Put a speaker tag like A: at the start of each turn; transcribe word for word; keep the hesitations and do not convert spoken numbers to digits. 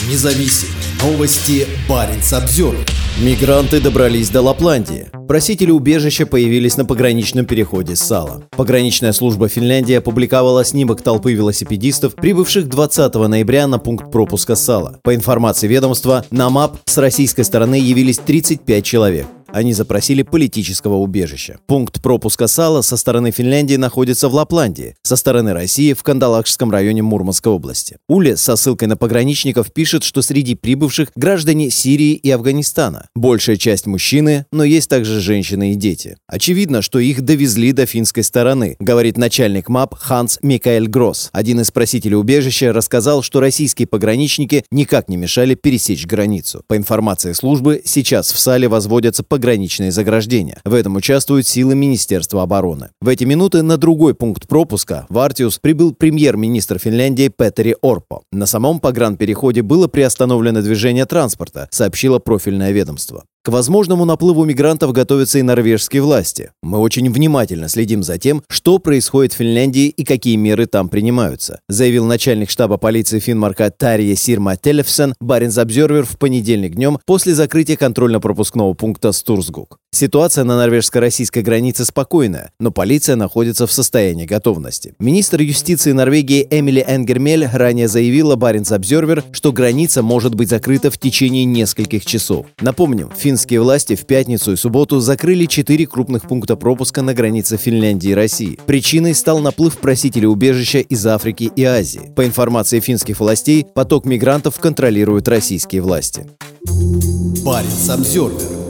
A: независим. Новости Баренц-Обзервер.
B: Мигранты добрались до Лапландии. Просители убежища появились на пограничном переходе Сала. Пограничная служба Финляндии опубликовала снимок толпы велосипедистов, прибывших двадцатого ноября на пункт пропуска Сала. По информации ведомства, на МАП с российской стороны явились тридцать пять человек. Они запросили политического убежища. Пункт пропуска Сала со стороны Финляндии находится в Лапландии, со стороны России в Кандалакшском районе Мурманской области. Уле со ссылкой на пограничников пишет, что среди прибывших граждане Сирии и Афганистана. Большая часть мужчины, но есть также женщины и дети. Очевидно, что их довезли до финской стороны, говорит начальник МАП Ханс Микаэль Гросс. Один из просителей убежища рассказал, что российские пограничники никак не мешали пересечь границу. По информации службы, сейчас в Сале возводятся пограничные Пограничные заграждения. В этом участвуют силы Министерства обороны. В эти минуты на другой пункт пропуска, в Артиус, прибыл премьер-министр Финляндии Петери Орпо. На самом погранпереходе было приостановлено движение транспорта, сообщило профильное ведомство. К возможному наплыву мигрантов готовятся и норвежские власти. Мы очень внимательно следим за тем, что происходит в Финляндии и какие меры там принимаются, заявил начальник штаба полиции Финмарка Тарья Сирма Телефсен Баренц-Обзервер в понедельник днем после закрытия контрольно-пропускного пункта Стурсгук. Ситуация на норвежско-российской границе спокойная, но полиция находится в состоянии готовности. Министр юстиции Норвегии Эмили Энгермель ранее заявила Баренц-Обзервер, что граница может быть закрыта в течение нескольких часов. Напомним, финские власти в пятницу и субботу закрыли четыре крупных пункта пропуска на границе Финляндии и России. Причиной стал наплыв просителей убежища из Африки и Азии. По информации финских властей, поток мигрантов контролируют российские власти.
A: Баренц-Обзервер.